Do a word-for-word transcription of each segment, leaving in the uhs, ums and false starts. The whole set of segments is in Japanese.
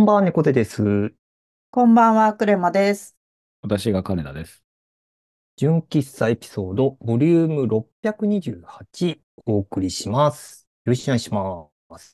ばんは、猫背です。 こんばんは、クレマです。 私が金田です。 純喫茶エピソード、ボリュームろっぴゃくにじゅうはち、お送りします。よろしくお願いします。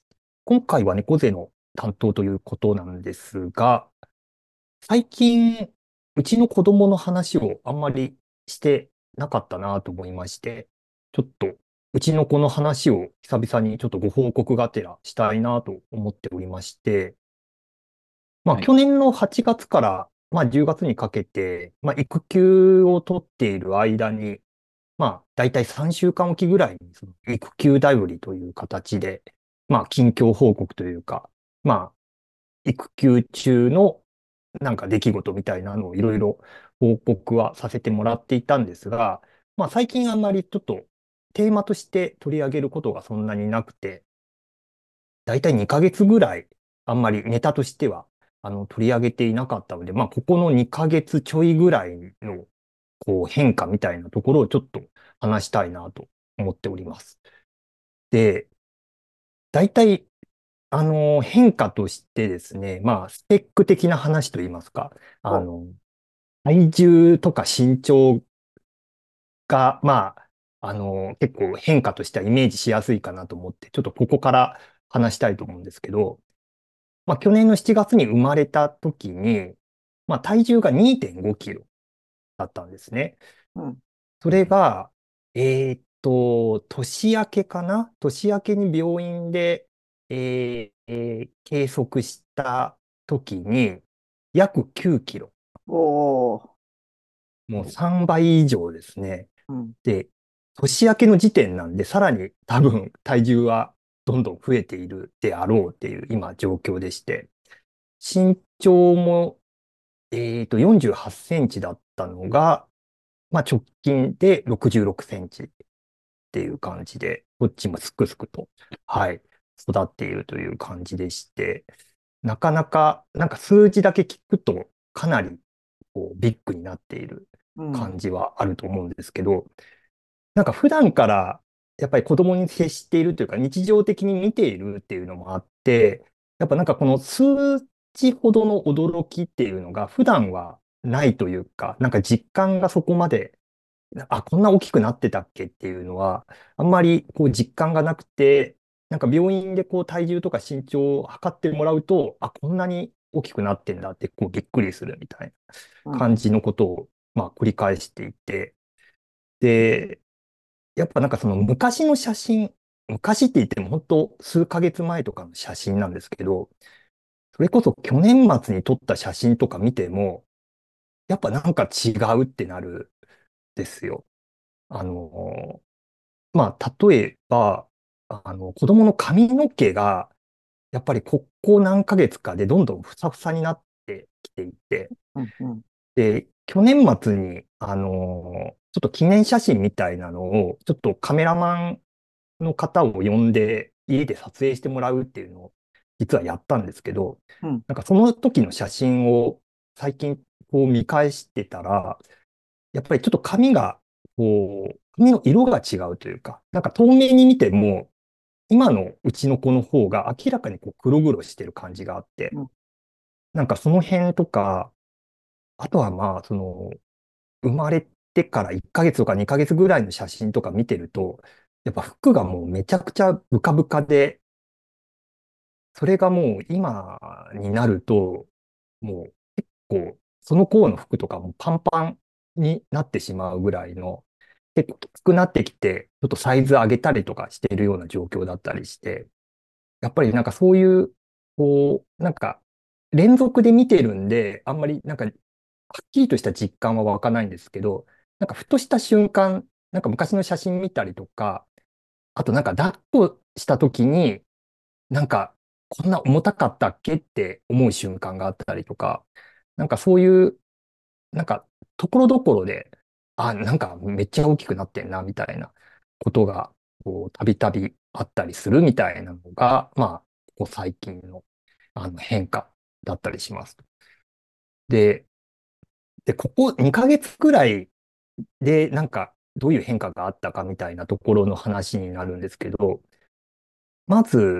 今回は猫背の担当ということなんですが、最近、うちの子供の話をあんまりしてなかったなと思いまして、ちょっと、うちの子の話を久々にちょっとご報告がてらしたいなと思っておりまして、まあ、 はい。 去年のはちがつから、まあ、じゅうがつにかけて、まあ、育休を取っている間に、まあ、だいたいさんしゅうかんおきぐらいに、その育休だよりという形で、まあ、近況報告というか、まあ、育休中のなんか出来事みたいなのをいろいろ報告はさせてもらっていたんですが、まあ、最近あんまりちょっとテーマとして取り上げることがそんなになくて、だいたいにかげつぐらい、あんまりネタとしては、あの、取り上げていなかったので、まあ、ここのにかげつちょいぐらいの、こう、変化みたいなところをちょっと話したいなと思っております。で、だいたい、あの、変化としてですね、まあ、スペック的な話といいますか、あお、 の、体重とか身長が、まあ、あの、結構変化としてはイメージしやすいかなと思って、ちょっとここから話したいと思うんですけど、まあ、去年のしちがつに生まれた時に、まあ、体重がにてんごキロだったんですね。 うん。 それが、えーっと、年明けかな年明けに病院で、えーえー計測した時に、約きゅうキロ。 おー、 もうさんばい以上ですね。 うん。 で、年明けの時点なんで、さらに多分体重はどんどん増えているであろうっていう今状況でして、身長もえっと、よんじゅうはちセンチだったのが、まあ、直近でろくじゅうろくセンチっていう感じで、こっちもすくすくと、はい、育っているという感じでして、なかなか、なんか数字だけ聞くと、かなりこうビッグになっているうん。 感じはあると思うんですけど、なんか普段からやっぱり子供に接しているというか、日常的に見ているっていうのもあって、やっぱなんかこの数値ほどの驚きっていうのが普段はないというか、なんか実感がそこまで、あ、こんな大きくなってたっけっていうのは、あんまりこう実感がなくて、なんか病院でこう体重とか身長を測ってもらうと、あ、こんなに大きくなってんだってこうびっくりするみたいなうん。 感じのことを、まあ繰り返していて、で、やっぱなんかその昔の写真、昔って言っても本当数ヶ月前とかの写真なんですけど、それこそ去年末に撮った写真とか見ても、やっぱなんか違うってなるんですよ。あの、まあ、例えば、あの、子供の髪の毛が、やっぱりここ何ヶ月かでどんどんふさふさになってきていて、 うん。うん。 で、去年末に、あの、ちょっと記念写真みたいなのを、ちょっとカメラマンの方を呼んで家で撮影してもらうっていうのを実はやったんですけど、 うん。 なんかその時の写真を最近こう見返してたら、やっぱりちょっと髪が、こう、髪の色が違うというか、なんか透明に見ても、今のうちの子の方が明らかにこう黒々してる感じがあって、 うん。 なんかその辺とか、あとはまあ、その、生まれてからいっかげつとかにかげつぐらいの写真とか見てると、やっぱ服がもうめちゃくちゃブカブカで、それがもう今になると、もう結構、その頃の服とかもパンパンになってしまうぐらいの、結構きつくなってきて、ちょっとサイズ上げたりとかしているような状況だったりして、やっぱりなんかそういう、こう、なんか連続で見てるんで、あんまりなんかはっきりとした実感は湧かないんですけど、なんかふとした瞬間、なんか昔の写真見たりとか、あとなんか抱っこした時に、なんか、こんな重たかったっけって思う瞬間があったりとか、なんかそういう、なんか、ところどころで、あ、なんかめっちゃ大きくなってんな、みたいなことが、こう、たびたびあったりするみたいなのが、まあ、ここ最近の、あの変化だったりします。で、で、ここにかげつくらいで、なんか、どういう変化があったかみたいなところの話になるんですけど、まず、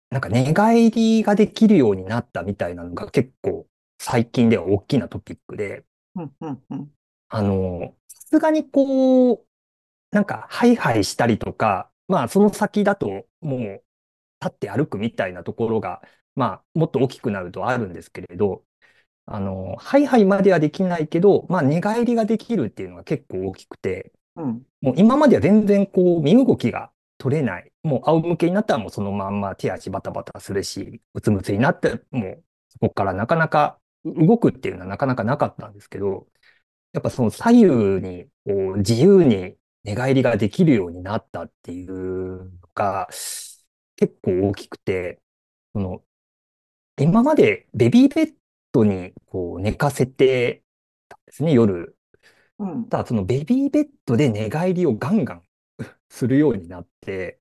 なんか寝返りができるようになったみたいなのが結構最近では大きなトピックで、 うん、うん、うん。 あの、さすがにこう、なんかハイハイしたりとか、まあその先だともう立って歩くみたいなところが、まあもっと大きくなるとあるんですけれど、あの、ハイハイまではできないけど、まあ寝返りができるっていうのが結構大きくて、 うん、 もう今までは全然こう身動きが取れない。もう仰向けになったらもうそのまんま手足バタバタするし、うつむつになってもうそこからなかなか動くっていうのはなかなかなかったんですけど、やっぱその左右にこう自由に寝返りができるようになったっていうのが結構大きくて、その今までベビーベッドにこう寝かせてたんですね、夜。 うん、 ただそのベビーベッドで寝返りをガンガンするようになって、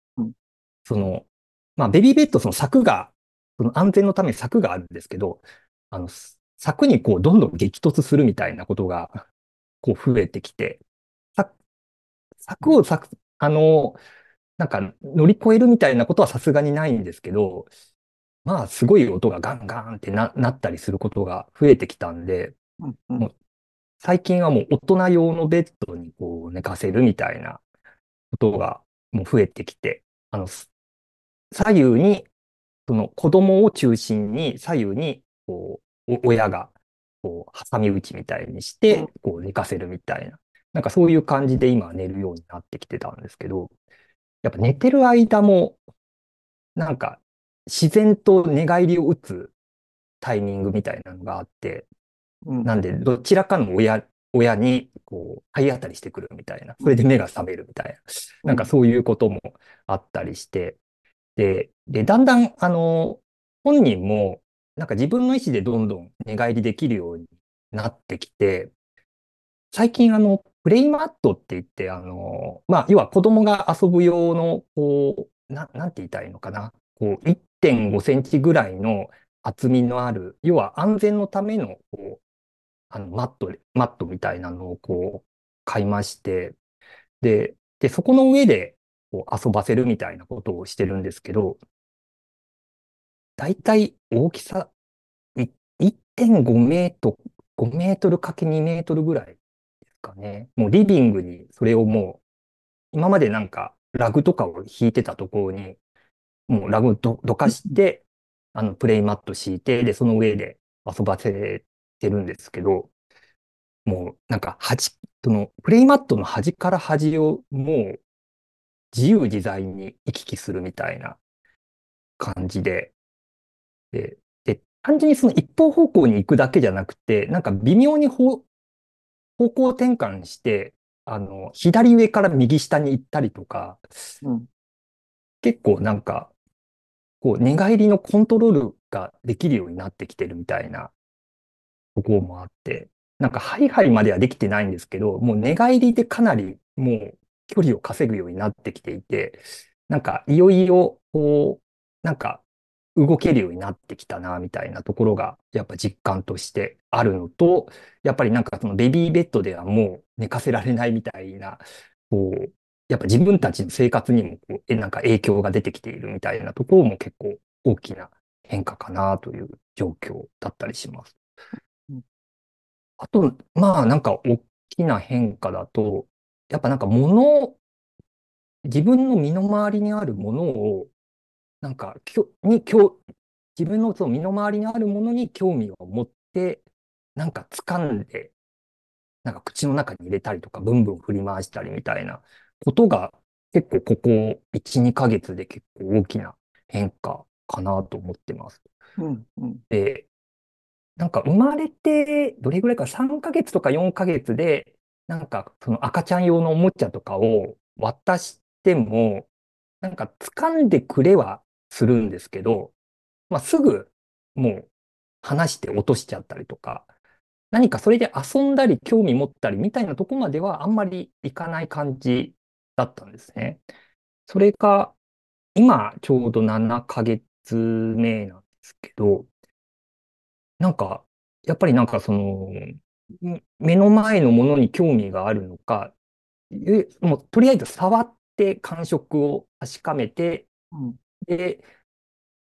うん、 その、まあベビーベッドその柵が、その安全のために柵があるんですけど、あの、柵にこうどんどん激突するみたいなことがこう増えてきて、さ柵をさく、あの、なんか乗り越えるみたいなことはさすがにないんですけど、まあすごい音がガンガンってな、なったりすることが増えてきたんで、 うん、うん、 もう最近はもう大人用のベッドにこう寝かせるみたいなことがもう増えてきて、あの、す左右に、その子供を中心に左右にこう、お親がこう挟み撃ちみたいにしうん、 て、こう寝かせるみたいな。なんかそういう感じで今寝るようになってきてたんですけど、やっぱ寝てる間も、なんか自然と寝返りを打つタイミングみたいなのがあって、 うん、 なんで、どちらかの親、親に、こう、体当たりしてくるみたいな。 うん、 それで目が覚めるみたいな。 うん、 なんかそういうこともあったりして。で、で、だんだん、あの、本人も、なんか自分の意思でどんどん寝返りできるようになってきて、最近、あの、プレイマットって言って、あの、まあ、要は子供が遊ぶ用の、こう、な、なんて言いたいのかな。こう、いってんごセンチぐらいの厚みのある、要は安全のための、こう、あの、マット、マットみたいなのをこう、買いまして、で、で、そこの上でこう遊ばせるみたいなことをしてるんですけど、だいたい大きさ、いいってんごメートル、ごメートルかけにメートルぐらいですかね。もうリビングにそれをもう、今までなんかラグとかを引いてたところに、もうラグど、どかして、あの、プレイマット敷いて、で、その上で遊ばせてるんですけど、もうなんか端、そのプレイマットの端から端をもう自由自在に行き来するみたいな感じで、で、で、単純にその一方方向に行くだけじゃなくて、なんか微妙に方、方向転換して、あの、左上から右下に行ったりとか、 うん、 結構なんか、こう、寝返りのコントロールができるようになってきてるみたいなところもあって、なんかハイハイまではできてないんですけど、もう寝返りでかなりもう距離を稼ぐようになってきていて、なんかいよいよこう、なんか動けるようになってきたな、みたいなところがやっぱ実感としてあるのと、やっぱりなんかそのベビーベッドではもう寝かせられないみたいな、こう、やっぱ自分たちの生活にもこう、え、なんか影響が出てきているみたいなところも結構大きな変化かなという状況だったりします。 うん、 あと、まあなんか大きな変化だと、やっぱなんか物、自分の身の回りにあるものを、なんか、きょ、に、きょ、自分のその身の回りにあるものに興味を持って、なんか掴んで、なんか口の中に入れたりとか、ブンブン振り回したりみたいなことが、結構ここいち、にかげつで結構大きな変化かなと思ってます。 うん、うん、 で、なんか生まれて、どれぐらいか、さんかげつとかよんかげつで、なんかその赤ちゃん用のおもちゃとかを渡しても、なんか掴んでくれはするんですけど、まあ、すぐもう離して落としちゃったりとか、何かそれで遊んだり興味持ったりみたいなとこまではあんまりいかない感じだったんですね。それが今ちょうどななかげつめなんですけど、なんか、やっぱりなんかその、ん目の前のものに興味があるのか、えもうとりあえず触って感触を確かめて、 うん、 で、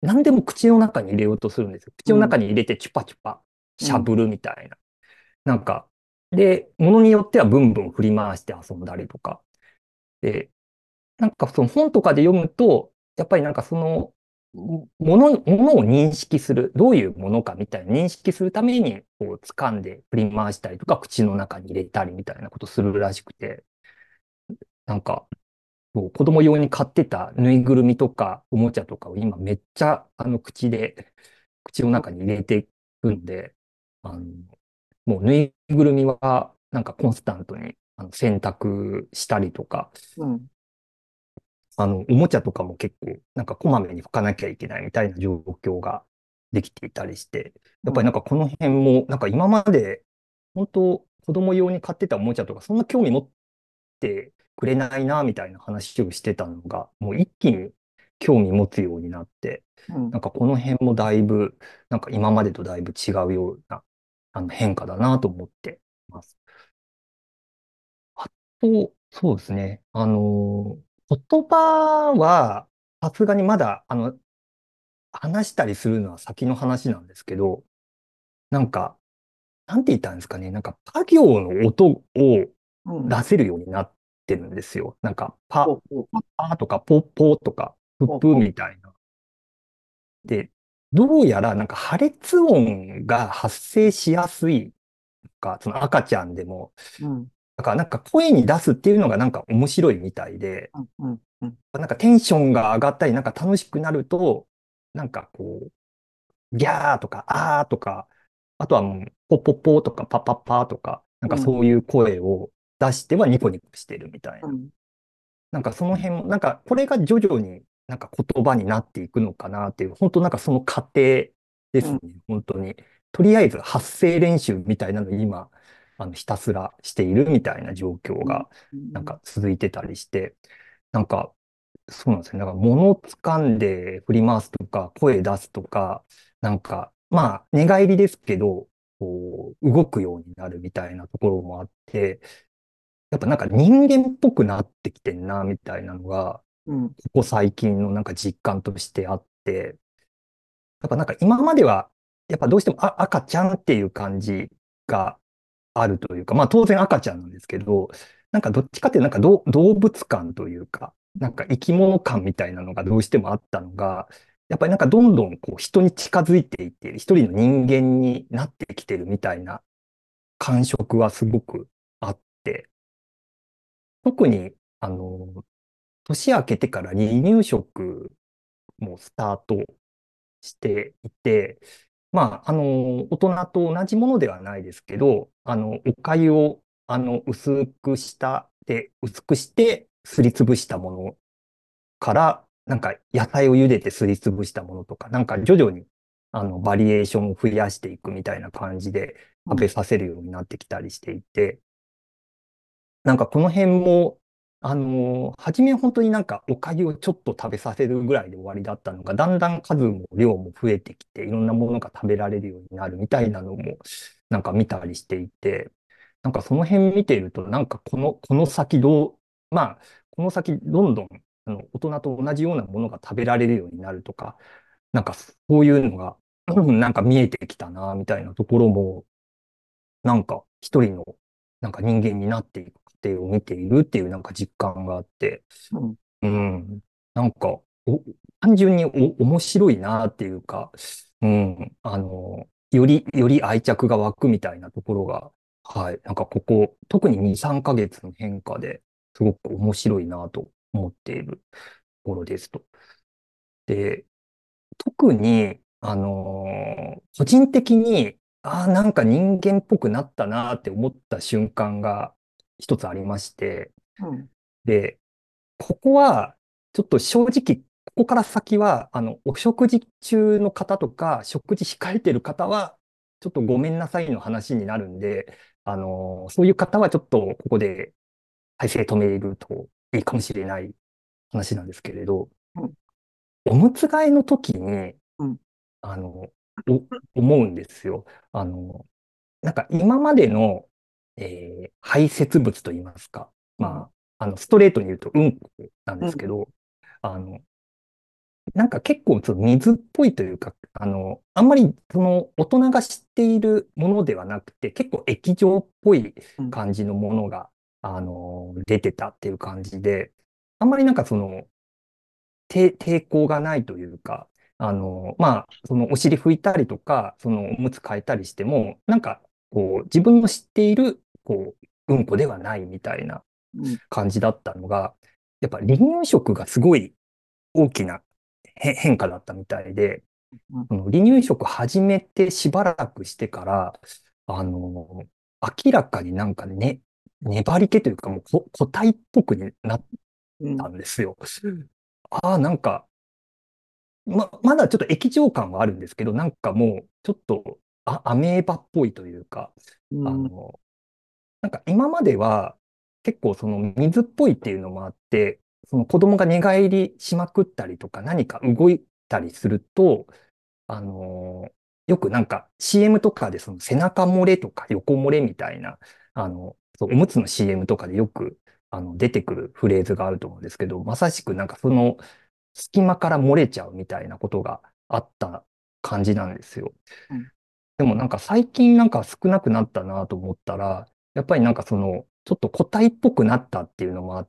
何でも口の中に入れようとするんですよ。口のうん。 中に入れてチュパチュパ、 うん。 しゃぶるみたいな。なんか、で、ものによってはブンブン振り回して遊んだりとか。で、なんかその本とかで読むと、やっぱりなんかその、もの、ものを認識する、どういうものかみたいな認識するために、こう掴んで振り回したりとか、口の中に入れたりみたいなことするらしくて、なんか、そう子供用に買ってたぬいぐるみとかおもちゃとかを今めっちゃあの口で、口の中に入れていくんで、あの、もうぬいぐるみはなんかコンスタントにあの洗濯したりとか、 うん。 あの、おもちゃとかも結構なんかこまめに拭かなきゃいけないみたいな状況ができていたりして、やっうん。 ぱりなんかこの辺もなんか今まで本当子供用に買ってたおもちゃとかそんな興味持ってくれないなみたいな話をしてたのが、もう一気に興味持つようになって、 うん。 なんかこの辺もだいぶ、なんか今までとだいぶ違うようなあの変化だなと思ってます。あと、そうですね。あの、言葉は、さすがにまだ、あの、話したりするのは先の話なんですけど、なんか、なんて言ったんですかね。なんか、パ行の音をうん。 出せるようになってるんですよ。なんか、パ、 ほうほう。 パとか、ポポとか、ププほうほみたいな。で、どうやらなんか破裂音が発生しやすいとか、その赤ちゃんでも、 う。うん。 だからなんか声に出すっていうのがなんか面白いみたいで、 うん。うん。うん。 なんかテンションが上がったり、なんか楽しくなると、なんかこう、ギャーとか、あーとか、あとはもう、ポッポッポーとか、パッパッパーとか、なんかうん。 そういう声を出してはニコニコしてるみたいな。 うん。 なんかその辺も、なんかこれが徐々になんか言葉になっていくのかなっていう、本当なんかその過程ですね、 うん。 本当に。とりあえず発声練習みたいなのを今、あのひたすらしているみたいな状況うん。 が、なんか続いてたりして、なんか、そうなんですね。だから物を掴んで振り回すとか、声出すとか、なんか、まあ、寝返りですけど、こう、動くようになるみたいなところもあって、やっぱなんか人間っぽくなってきてんな、みたいなのが、 うん。 ここ最近のなんか実感としてあって、やっぱなんか今までは、やっぱどうしてもあ赤ちゃんっていう感じがあるというか、まあ当然赤ちゃんなんですけど、なんかどっちかっていうとなんか動動物感というか、なんか生き物感みたいなのがどうしてもあったのが、やっぱりなんかどんどんこう人に近づいていっている、一人の人間になってきてるみたいな感触はすごくあって、特に、あの、年明けてから離乳食もスタートしていて、まあ、あの、大人と同じものではないですけど、あの、お粥を、あの、薄くしたで、薄くしてすりつぶしたものから、なんか野菜を茹でてすりつぶしたものとか、なんか徐々に、あの、バリエーションを増やしていくみたいな感じでうん。 食べさせるようになってきたりしていて、なんかこの辺も、あのー初め本当になんかお粥をちょっと食べさせるぐらいで終わりだったのが、だんだん数も量も増えてきて、いろんなものが食べられるようになるみたいなのも、なんか見たりしていて、なんかその辺見ていると、なんかこの、この先どう、まあ、この先どんどん、あの、大人と同じようなものが食べられるようになるとか、なんかそういうのが、うんなんか見えてきたな、みたいなところも、なんか一人のなんか人間になっていく過程を見ているっていうなんか実感があって、 うん。 うん、なんかお単純にお面白いなっていうか、うん、あの、より、より愛着が湧くみたいなところが、はい、なんかここ、特にに、さんかげつの変化ですごく面白いなと思っているところですと。で、特に、あのー個人的に、ああ、なんか人間っぽくなったなって思った瞬間が一つありまして、 うん。 で、ここは、ちょっと正直、ここから先は、あの、お食事中の方とか、食事控えてる方は、ちょっとごめんなさいの話になるんで、あのーそういう方はちょっとここで再生止めるといいかもしれない話なんですけれど、 うん。 おむつ替えの時に、 うん。 あの、お、思うんですよ。あの、なんか今までの、えー排泄物といいますか、 うん。 まあ、あの、ストレートに言うとうんこなんでうん。 すけど、あの、 なんか結構その水っぽいというか、あの、あんまりその大人が知っているものではなくて、結構液状っぽいうん。 感じのものが、あの、出てたっていう感じで、あんまりなんかその、抵抵抗がないというか、あの、まあ、そのお尻拭いたりとか、そのおむつ替えたりしても、なんか、こう、自分の知っている、こう、うんこではないみたいなうん。 感じだったのが、やっぱ離乳食がすごい大きなへ変化だったみたいで、 うん。 その離乳食始めてしばらくしてから、あの、明らかになんかね、粘り気というかもうこ固体っぽくなっうん。 たんですよ。ああ、なんか、ま、まだちょっと液状感はあるんですけど、なんかもうちょっとあアメーバっぽいというか、 うん。 あの、なんか今までは結構その水っぽいっていうのもあって、その子供が寝返りしまくったりとか何か動いたりすると、あのーよくなんか シーエム とかでその背中漏れとか横漏れみたいな、あの、そうおむつの シーエム とかでよくあの出てくるフレーズがあると思うんですけど、まさしくなんかその隙間から漏れちゃうみたいなことがあった感じなんですよ。 うん。 でもなんか最近なんか少なくなったなと思ったら、やっぱりなんかその、ちょっと固体っぽくなったっていうのもあって、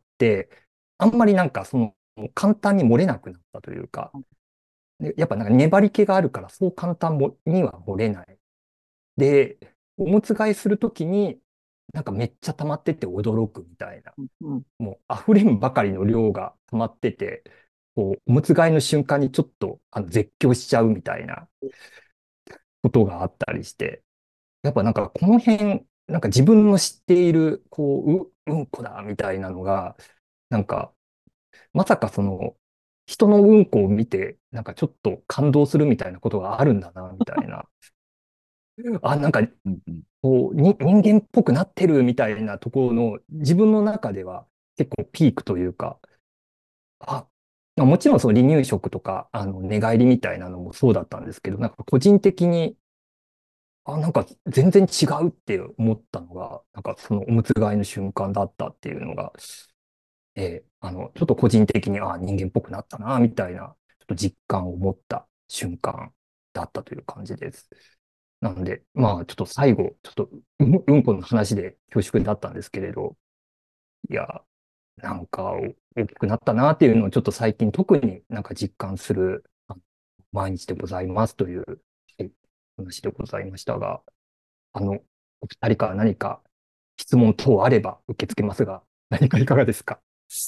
あんまりなんかその、簡単に漏れなくなったというか、でやっぱなんか粘り気があるから、そう簡単もには漏れない。で、おむつ替えするときに、なんかめっちゃ溜まってて驚くみたいな。 うん。 もう溢れんばかりの量が溜まってて、こう、おむつ替えの瞬間にちょっとあの絶叫しちゃうみたいなことがあったりして、やっぱなんかこの辺、なんか自分の知っている、こう、う、うんこだみたいなのが、なんか、まさかその、人のうんこを見て、なんかちょっと感動するみたいなことがあるんだな、みたいな。あ、なんか、 うんうん。 こう、に、人間っぽくなってるみたいなところの、自分の中では結構ピークというか、あ、もちろんその離乳食とか、あの、寝返りみたいなのもそうだったんですけど、なんか個人的に、あ、なんか全然違うって思ったのが、なんかそのおむつ替えの瞬間だったっていうのが、えーあの、ちょっと個人的に、あ、人間っぽくなったな、みたいな、ちょっと実感を持った瞬間だったという感じです。なので、まあ、ちょっと最後、ちょっとうん、うんこの話で恐縮だったんですけれど、いや、なんか大きくなったなっていうのをちょっと最近特になんか実感するあ毎日でございますという、はい、話でございましたが、あの、お二人から何か質問等あれば受け付けますが、何かいかがですか？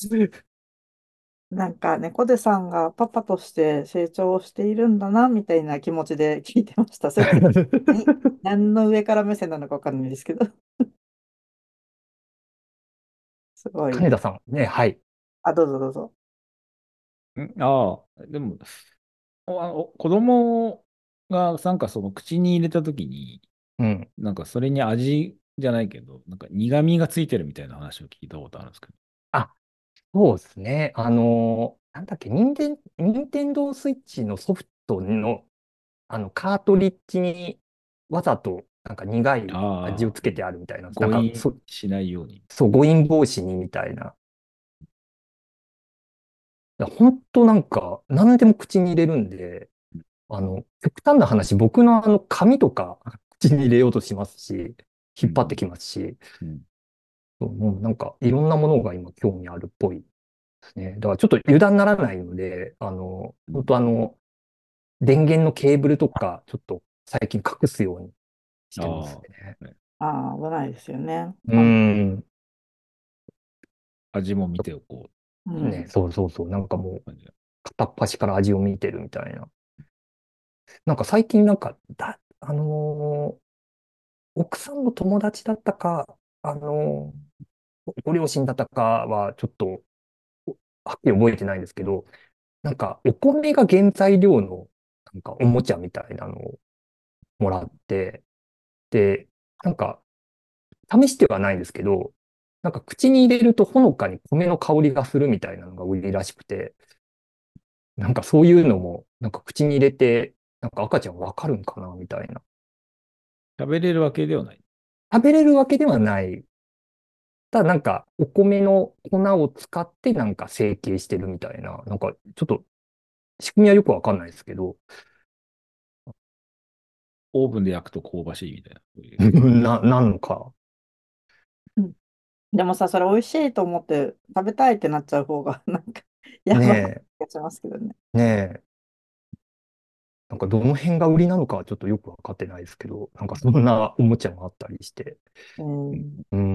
なんか、猫背さんがパパとして成長しているんだな、みたいな気持ちで聞いてました。それって何、何の上から目線なのかわかんないですけど。すごい。 金田さん、ね、はい。 あ、どうぞどうぞ。 んああ、でも、おあの子供がなんかその口に入れたときに、 うん。 なんかそれに味じゃないけど、なんか苦味がついてるみたいな話を聞いたことあるんですけど。 あ、そうですね。あの、なんだっけ、任天、任天堂スイッチのソフトの、あの、カートリッジにわざとなんか苦い味をああ、 つけてあるみたいな、なんか、 誤飲そ、 しないように。 そう、誤飲防止にみたいな。いや、本当なんか、何でも口に入れるんで、あの、極端な話、僕のあの、髪とか口に入れようとしますし、引っ張ってうんきますし、 うんうんそうもうなんか、いろんなものが今興味あるっぽいですね。だからちょっと油断ならないので、あの、本うん。 当あの、電源のケーブルとか、ちょっと最近隠すようにしてますあね。 あ、ねああ、危ないですよね。 うーあ、 ん。 味も見ておこね、 うん。 そうそうそう。なんかもう、 う感じだ。 片っ端から味を見てるみたいな。なんか最近なんか、だ、あのー奥さんの友達だったか、あのーごご両親だったかは、ちょっと、はっきり覚えてないんですけど、なんか、お米が原材料の、なんか、おもちゃみたいなのをもらって、で、なんか、試してはないんですけど、なんか、口に入れるとほのかに米の香りがするみたいなのが売りらしくて、なんかそういうのも、なんか口に入れて、なんか赤ちゃんわかるんかなみたいな。 食べれるわけではない。 食べれるわけではない。ただなんか、お米の粉を使ってなんか成形してるみたいな、なんかちょっと仕組みはよくわかんないですけど、 オーブンで焼くと香ばしいみたいな。そういう。 な、なんのか。 うん。でもさ、それ美味しいと思って食べたいってなっちゃう方が、なんか、やばいね気がしますけどね。 え、ねえ。なんかどの辺が売りなのかはちょっとよくわかってないですけど、なんかそんなおもちゃもあったりして。 うん。 うん。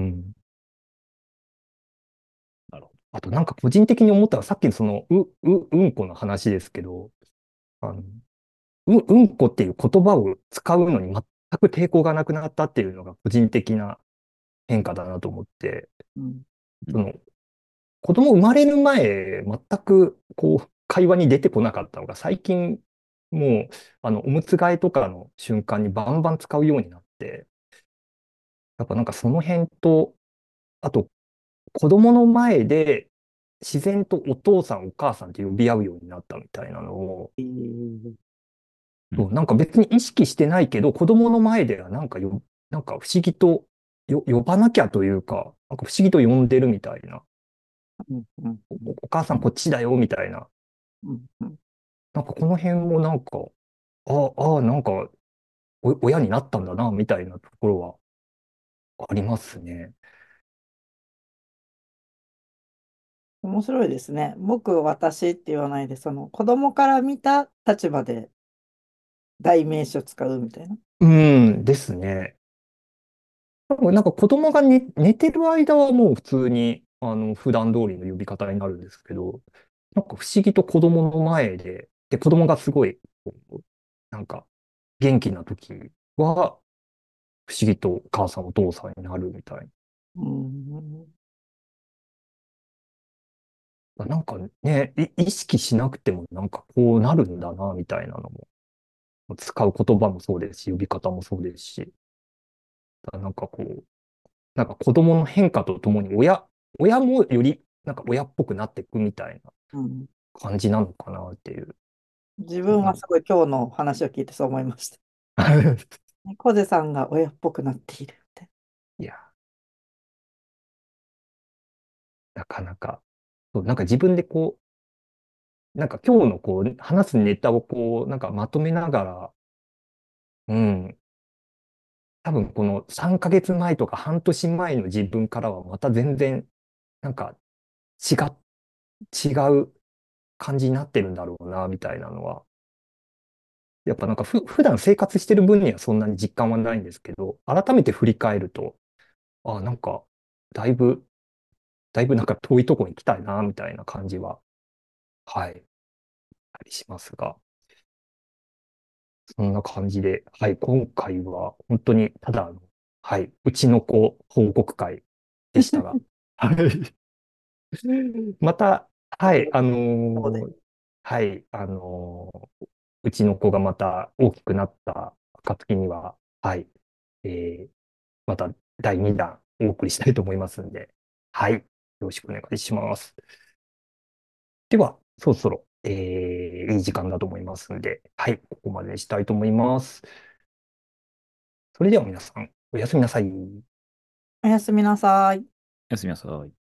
なるほあとなんか個人的に思ったらさっきのそのう、う、うんこの話ですけど、あの、う、うんこっていう言葉を使うのに全く抵抗がなくなったっていうのが個人的な変化だなと思って、 うん。 ど。うん。 その子供生まれる前、全くこう会話に出てこなかったのが最近もうあのおむつ替えとかの瞬間にバンバン使うようになって、やっぱなんかその辺と、あと子供の前で自然とお父さんお母さんって呼び合うようになったみたいなのを、 えーうん。 そうなんか別に意識してないけど、子供の前ではなんかよ、なんか不思議とよ呼ばなきゃというか、なんか不思議と呼んでるみたいな、 うんうんお、 うんお母さんこっちだよみたいな、 うんうん。 なんかこの辺もなんか、ああ、ああ、なんかお親になったんだな、みたいなところはありますね。 面白いですね。僕、私って言わないで、その子供から見た立場で代名詞を使うみたいな。 うんですね。多分なんか子供が寝、寝てる間はもう普通に、あの、普段通りの呼び方になるんですけど、なんか不思議と子供の前で、で、子供がすごい、こうなんか元気な時は、不思議とお母さんお父さんになるみたいうん。 な。なんかね、い意識しなくてもなんかこうなるんだな、みたいなのも、使う言葉もそうですし、呼び方もそうですし、だからなんかこう、なんか子供の変化とともに親、親もよりなんか親っぽくなっていくみたいなうん。 感じなのかなっていう。 自分はすごい今日の話を聞いてそう思いました。コゼさんが親っぽくなっているって。 いや、なかなか、そう、なんか自分でこう、なんか今日のこう、話すネタをこう、なんかまとめながら、うん、多分このさんかげつまえとか半年前の自分からはまた全然、なんか違っ、違う感じになってるんだろうな、みたいなのは。やっぱなんかふ、普段生活してる分にはそんなに実感はないんですけど、改めて振り返ると、あ、なんか、だいぶ、だいぶなんか遠いとこに来たいな、みたいな感じは、はい、ありしますが、そんな感じで、はい、今回は本当にただの、はい、うちの子報告会でしたが、はい。また、はい、あそうで。 のーはい、あのーうちの子がまた大きくなった暁には、はい、えーまただいにだんお送りしたいと思いますんで、はい、よろしくお願いします。では、そろそろ、えーいい時間だと思いますんで、はい、ここまでにしたいと思います。それでは皆さん、おやすみなさい。 おやすみなさい。 おやすみなさい。